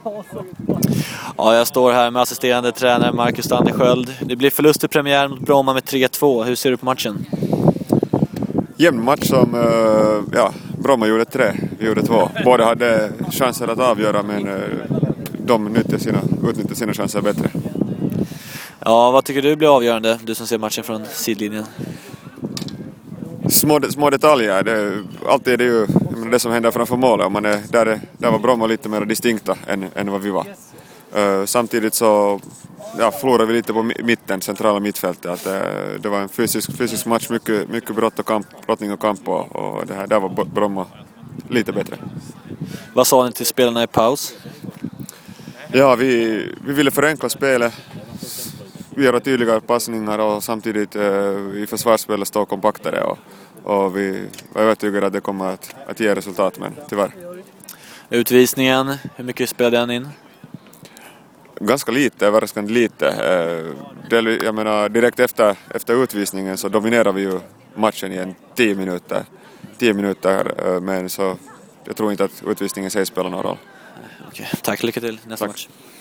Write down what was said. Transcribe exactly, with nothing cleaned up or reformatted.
Ja, jag står här med assisterande tränare Marcus Dandersköld. Det blir förlust i premiär mot Bromma med tre två. Hur ser du på matchen? Jämn match som, ja, Bromma gjorde tre, vi gjorde två. Båda hade chanser att avgöra, men de utnyttjade sina, utnyttjade sina chanser bättre. Ja, vad tycker du blir avgörande, du som ser matchen från sidlinjen? Små, små detaljer, det, alltid är det ju det som händer framför målet. Man är, där, där var Bromma lite mer distinkta än, än vad vi var. Uh, samtidigt så ja, förlorade vi lite på mitten, centrala mittfältet. Att, uh, det var en fysisk, fysisk match, mycket, mycket brott och kamp, brottning och kamp, och, och det här, där var Bromma lite bättre. Vad sa ni till spelarna i paus? Ja, vi, vi ville förenkla spelet. Vi gör tydliga passningar och samtidigt uh, i försvarsspelet stå kompaktare, och, och vi var övertygade att det kommer att, att ge resultat, men tyvärr. Utvisningen, hur mycket spelade den in? Ganska lite, överraskande lite. Jag menar, direkt efter, efter utvisningen så dominerar vi ju matchen i en tio minuter. tio minuter, men så jag tror inte att utvisningen säger spelar någon roll. Okej, tack, lycka till nästa tack. match.